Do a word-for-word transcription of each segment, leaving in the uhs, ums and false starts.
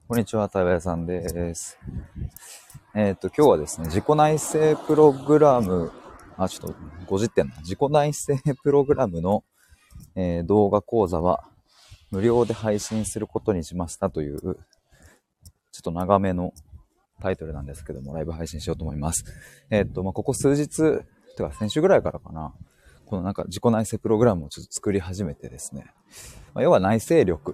こんにちは、対話屋さんです。えっと、今日はですね、自己内省プログラム、あ、ちょっとごじってんな。自己内省プログラムの、えー動画講座は無料で配信することにしましたという、ちょっと長めのタイトルなんですけども、ライブ配信しようと思います。えっと、まあ、ここ数日、てか先週ぐらいからかな、このなんか自己内省プログラムをちょっと作り始めてですね、まあ、要は内省力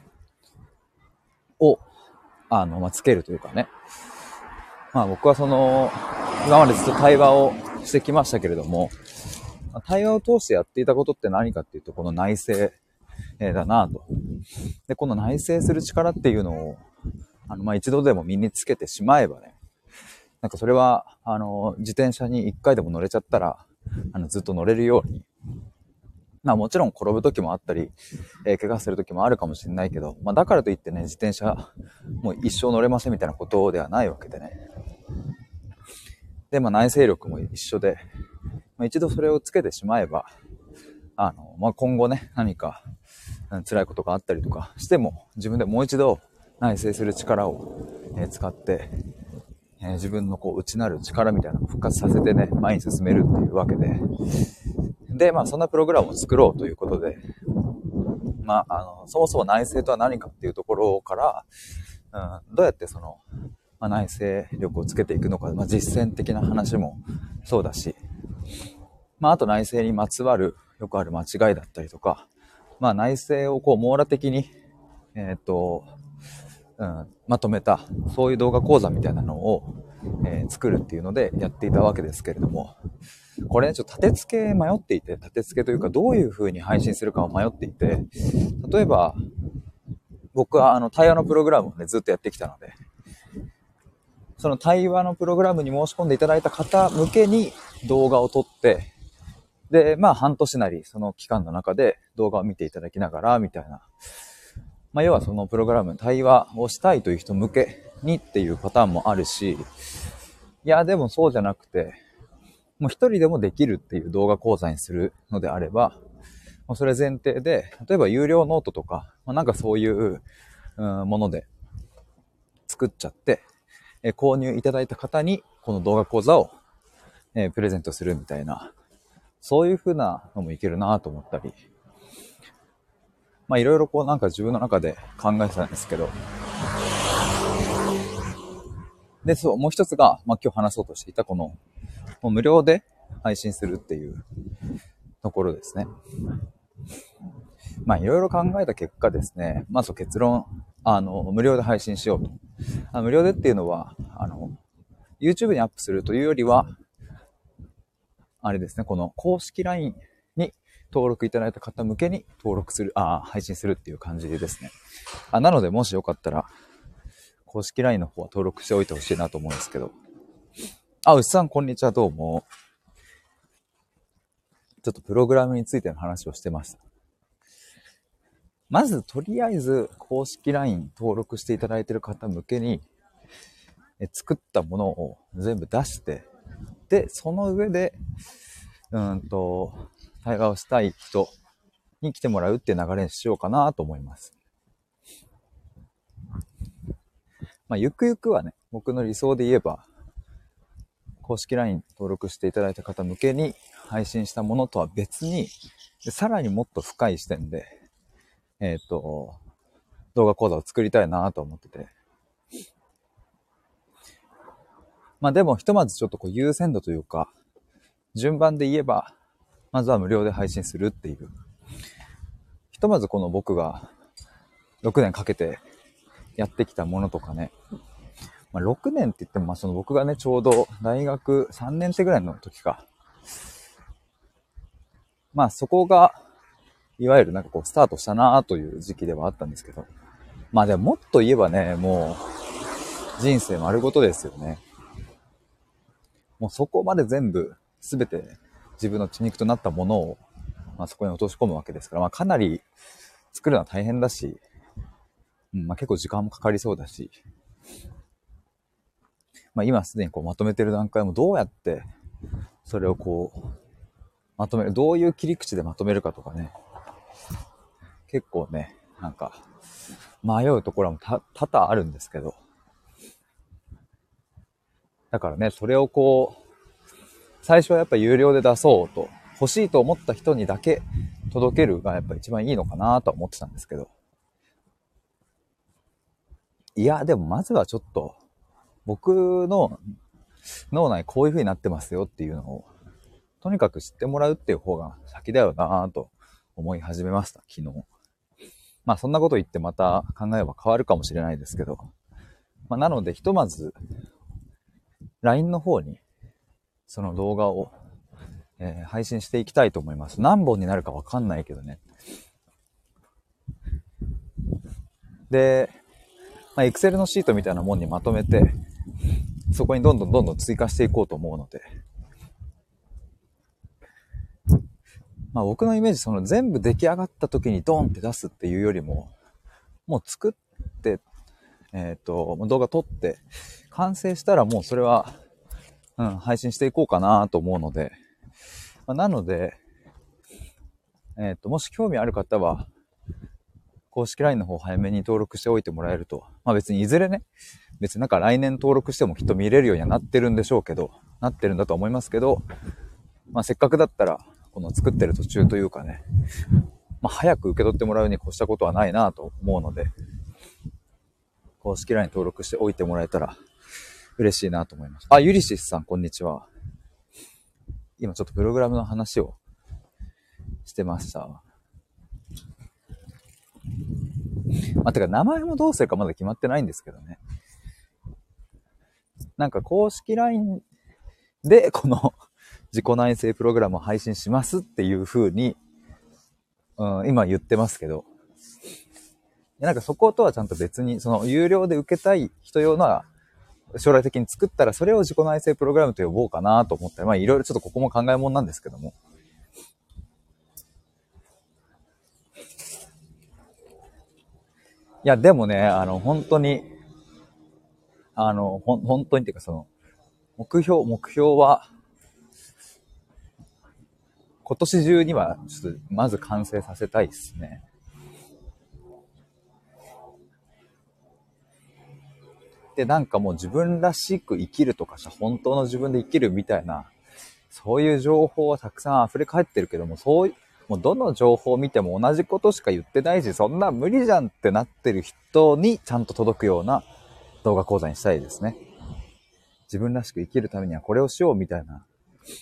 を、あの、まあ、つけるというかね、まあ僕はその、今までずっと対話をしてきましたけれども、対話を通してやっていたことって何かっていうと、この内省だなと。で、この内省する力っていうのを、あの、まあ一度でも身につけてしまえばね、なんかそれは、あの、自転車に一回でも乗れちゃったら、あの、ずっと乗れるように。まあもちろん転ぶ時もあったり、えー怪我する時もあるかもしれないけど、まあだからといってね、自転車もう一生乗れませんみたいなことではないわけでね。で、まあ内省力も一緒で、まあ、一度それをつけてしまえば、あの、まあ、今後ね、何か辛いことがあったりとかしても、自分でもう一度内省する力を、えー使って、えー自分のこう内なる力みたいなのを復活させてね、前に進めるっていうわけで、で、まあそんなプログラムを作ろうということで、まあ、あの、そもそも内省とは何かっていうところから、うん、どうやってその、まあ、内省力をつけていくのか、まあ、実践的な話もそうだし、まあ、あと内政にまつわるよくある間違いだったりとか、まあ、内政をこう網羅的に、えっと、うん、まとめた、そういう動画講座みたいなのを、えー作るっていうのでやっていたわけですけれども、これね、ちょっと立て付け迷っていて、立て付けというかどういう風に配信するかを迷っていて、例えば、僕はあの対話のプログラムをね、ずっとやってきたので、その対話のプログラムに申し込んでいただいた方向けに動画を撮って、で、まあ半年なりその期間の中で動画を見ていただきながらみたいな。まあ要はそのプログラム、対話をしたいという人向けにっていうパターンもあるし、いやでもそうじゃなくて、もう一人でもできるっていう動画講座にするのであれば、もうそれ前提で、例えば有料ノートとか、まあ、なんかそういう、うん、もので作っちゃって、え購入いただいた方にこの動画講座を、えープレゼントするみたいな、そういう風なのもいけるなと思ったり、まあいろいろこうなんか自分の中で考えてたんですけど、で、そう、もう一つが、まあ今日話そうとしていたこの、もう無料で配信するっていうところですね。まあいろいろ考えた結果ですね、まず結論、あの、無料で配信しようと。あ無料でっていうのは、あの、YouTube にアップするというよりは、あれですね、この公式 ライン に登録いただいた方向けに登録する、あ、配信するっていう感じですね。あ、なのでもしよかったら、公式 ライン の方は登録しておいてほしいなと思うんですけど。あ、うっさんこんにちは、どうも。ちょっとプログラムについての話をしてました。まず、とりあえず、公式 ライン 登録していただいている方向けに、え作ったものを全部出して、で、その上で、うーんと、対話をしたい人に来てもらうっていう流れにしようかなと思います。まあ、ゆくゆくはね、僕の理想で言えば、公式 ライン 登録していただいた方向けに配信したものとは別に、さらにもっと深い視点で、えっと、動画講座を作りたいなと思ってて。まあでもひとまずちょっとこう優先度というか、順番で言えば、まずは無料で配信するっていう。ひとまずこの僕がろくねんかけてやってきたものとかね、まあ、ろくねんって言っても、まあその僕がね、ちょうど大学さんねん生ぐらいの時か。まあそこが、いわゆるなんかこうスタートしたなという時期ではあったんですけど。まあでももっと言えばね、もう人生丸ごとですよね。もうそこまで全部、すべて自分の血肉となったものを、まあそこに落とし込むわけですから、まあかなり作るのは大変だし、うん、まあ結構時間もかかりそうだし、まあ今すでにこうまとめてる段階もどうやってそれをこうまとめる、どういう切り口でまとめるかとかね、結構ね、なんか迷うところもた多々あるんですけど、だからね、それをこう、最初はやっぱ有料で出そうと、欲しいと思った人にだけ届けるがやっぱ一番いいのかなとは思ってたんですけど、いや、でもまずはちょっと、僕の脳内こういう風になってますよっていうのを、とにかく知ってもらうっていう方が先だよなぁと思い始めました、昨日。まあそんなこと言ってまた考えは変わるかもしれないですけど、まあ、なのでひとまず ライン の方にその動画を、えー配信していきたいと思います。何本になるかわかんないけどね。で、まあ、Excel のシートみたいなもんにまとめて、そこにどんどんどんどん追加していこうと思うので、まあ僕のイメージ、その全部出来上がった時にドンって出すっていうよりも、もう作って、えっと、動画撮って、完成したらもうそれは、うん、配信していこうかなと思うので、まあ、なので、えっと、もし興味ある方は、公式 ライン の方早めに登録しておいてもらえると、まあ別にいずれね、別になんか来年登録してもきっと見れるようにはなってるんでしょうけど、なってるんだと思いますけど、まあせっかくだったら、この作ってる途中というかね、まあ早く受け取ってもらうに越したことはないなと思うので、公式 ライン 登録しておいてもらえたら嬉しいなと思います。あ、ユリシスさんこんにちは。今ちょっとプログラムの話をしてました。まあ、てか名前もどうするかまだ決まってないんですけどね。なんか公式 ライン でこの自己内製プログラムを配信しますっていう風に、うん、今言ってますけど、なんかそことはちゃんと別に、その有料で受けたい人用の将来的に作ったらそれを自己内製プログラムと呼ぼうかなと思ったら、まあいろいろちょっとここも考えもんなんですけども。いや、でもね、あの、本当に、あの、ほん、本当にっていうかその、目標、目標は、今年中には、ちょっと、まず完成させたいですね。で、なんかもう自分らしく生きるとかさ、本当の自分で生きるみたいな、そういう情報はたくさん溢れ返ってるけども、そういう、もうどの情報を見ても同じことしか言ってないし、そんな無理じゃんってなってる人にちゃんと届くような動画講座にしたいですね。自分らしく生きるためにはこれをしようみたいな。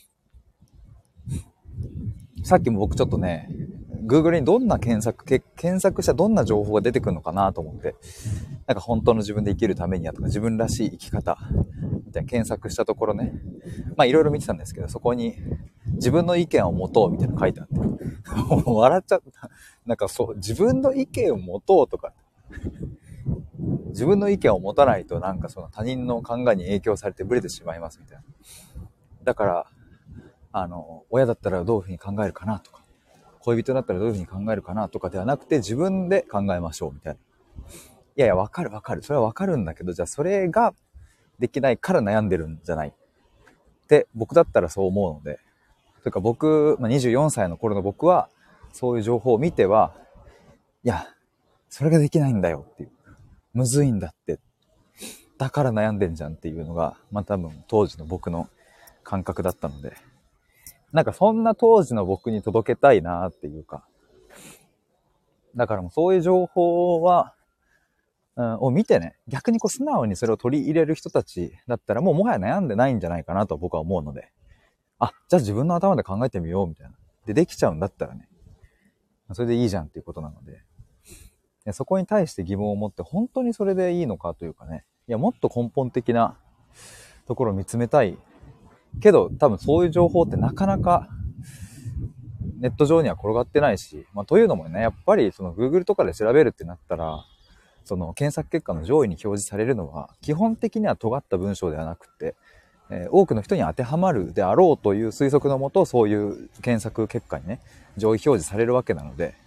さっきも僕ちょっとね、Google にどんな検索、検索したらどんな情報が出てくるのかなと思って、なんか本当の自分で生きるためにはとか、自分らしい生き方みたいな検索したところね、まあいろいろ見てたんですけど、そこに自分の意見を持とうみたいなの書いてあって、笑っちゃった。なんかそう、自分の意見を持とうとか、自分の意見を持たないとなんかその他人の考えに影響されてブレてしまいますみたいな。だから、あの、親だったらどういうふうに考えるかなとか、恋人だったらどういうふうに考えるかなとかではなくて自分で考えましょうみたいな。いやいや、わかるわかる。それはわかるんだけど、じゃあそれができないから悩んでるんじゃないって僕だったらそう思うので、というか僕、まあ、にじゅうよんさいの頃の僕はそういう情報を見ては、いや、それができないんだよっていう。むずいんだって。だから悩んでんじゃんっていうのが、まあ多分当時の僕の感覚だったので、なんかそんな当時の僕に届けたいなっていうか、だからもうそういう情報は、うん、を見てね、逆にこう素直にそれを取り入れる人たちだったらもうもはや悩んでないんじゃないかなと僕は思うので、あ、じゃあ自分の頭で考えてみようみたいな。で、できちゃうんだったらね、それでいいじゃんっていうことなので、でそこに対して疑問を持って本当にそれでいいのかというかね、いやもっと根本的なところを見つめたいけど、多分そういう情報ってなかなかネット上には転がってないし、まあというのもね、やっぱりその Google とかで調べるってなったら、その検索結果の上位に表示されるのは基本的には尖った文章ではなくて、えー、多くの人に当てはまるであろうという推測のもと、そういう検索結果にね、上位表示されるわけなので、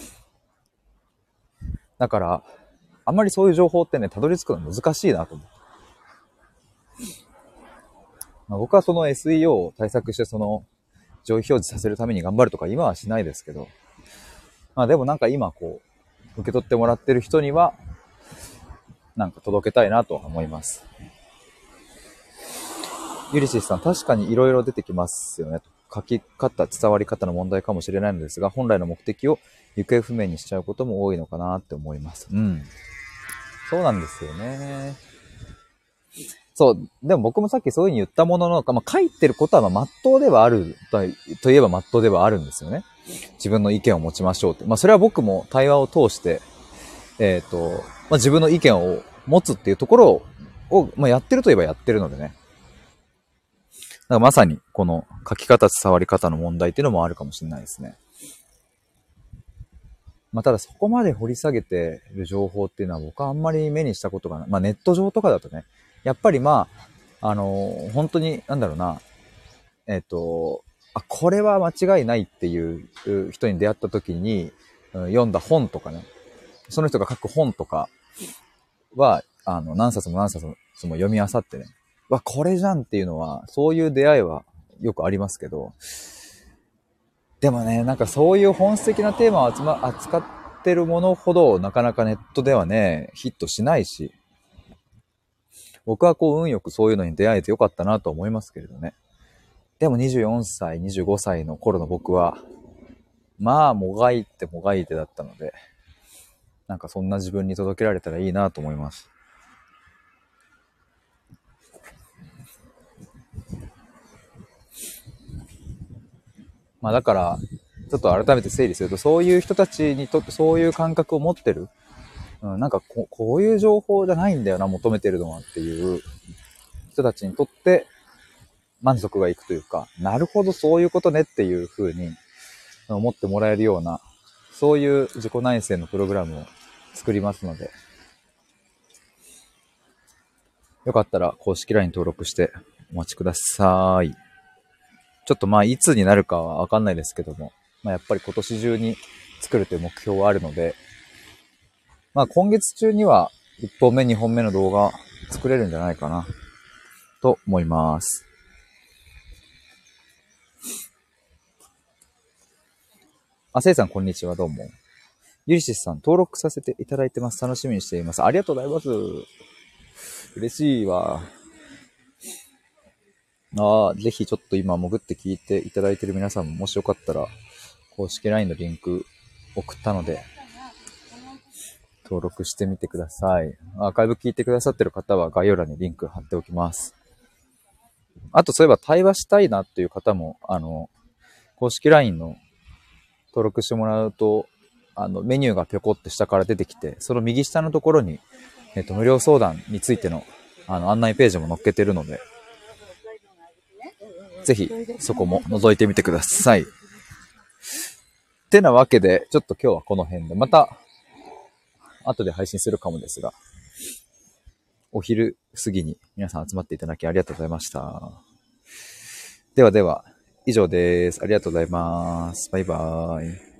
だからあんまりそういう情報ってね、たどり着くの難しいなと思う。まあ、僕はその エスイーオー を対策してその上位表示させるために頑張るとか今はしないですけど、まあでもなんか今こう受け取ってもらってる人にはなんか届けたいなと思います。ユリシスさん、確かに色々出てきますよね。書き方、伝わり方の問題かもしれないのですが、本来の目的を行方不明にしちゃうことも多いのかなって思います。うん。そうなんですよね。そう。でも僕もさっきそういう風に言ったものの、まあ、書いてることはまあ真っ当ではあると、といえば真っ当ではあるんですよね。自分の意見を持ちましょうって。まあそれは僕も対話を通して、えっと、まあ自分の意見を持つっていうところを、をまあ、やってるといえばやってるのでね。だからまさにこの書き方、伝わり方の問題っていうのもあるかもしれないですね。まあただそこまで掘り下げてる情報っていうのは僕はあんまり目にしたことがない。まあネット上とかだとね、やっぱりまあ、あのー、本当になんだろうな、えっと、あ、これは間違いないっていう人に出会った時に、うん、読んだ本とかね、その人が書く本とかは、あの、何冊も何冊も読み漁ってね、わ、これじゃんっていうのは、そういう出会いはよくありますけど、でもね、なんかそういう本質的なテーマを扱扱ってるものほど、なかなかネットではね、ヒットしないし、僕はこう運よくそういうのに出会えてよかったなと思いますけれどね。でもにじゅうよんさい、にじゅうごさいの頃の僕は、まあ、もがいてもがいてだったので、なんかそんな自分に届けられたらいいなと思います。まあだから、ちょっと改めて整理すると、そういう人たちにとってそういう感覚を持ってる。うん、なんかこ、こういう情報じゃないんだよな、求めてるのはっていう人たちにとって満足がいくというか、なるほどそういうことねっていう風に思ってもらえるような、そういう自己内省のプログラムを作りますので、よかったら公式 ライン 登録してお待ちください。ちょっとまあいつになるかはわかんないですけども、まあやっぱり今年中に作るという目標はあるので、まあ今月中にはいっぽんめ、にほんめの動画作れるんじゃないかなと思います。あ、せいさんこんにちは、どうも。ゆりしさん登録させていただいてます。楽しみにしています。ありがとうございます。嬉しいわ。ああ、ぜひちょっと今潜って聞いていただいている皆さんももしよかったら公式 ライン のリンク送ったので登録してみてください。アーカイブ聞いてくださっている方は概要欄にリンク貼っておきます。あとそういえば対話したいなっていう方もあの公式 ライン の登録してもらうとあのメニューがぴょこって下から出てきて、その右下のところに、えっと、無料相談についてのあの案内ページも載っけてるので、ぜひそこも覗いてみてください。ってなわけで、ちょっと今日はこの辺で、また後で配信するかもですが、お昼過ぎに皆さん集まっていただきありがとうございました。ではでは、以上です。ありがとうございます。バイバーイ。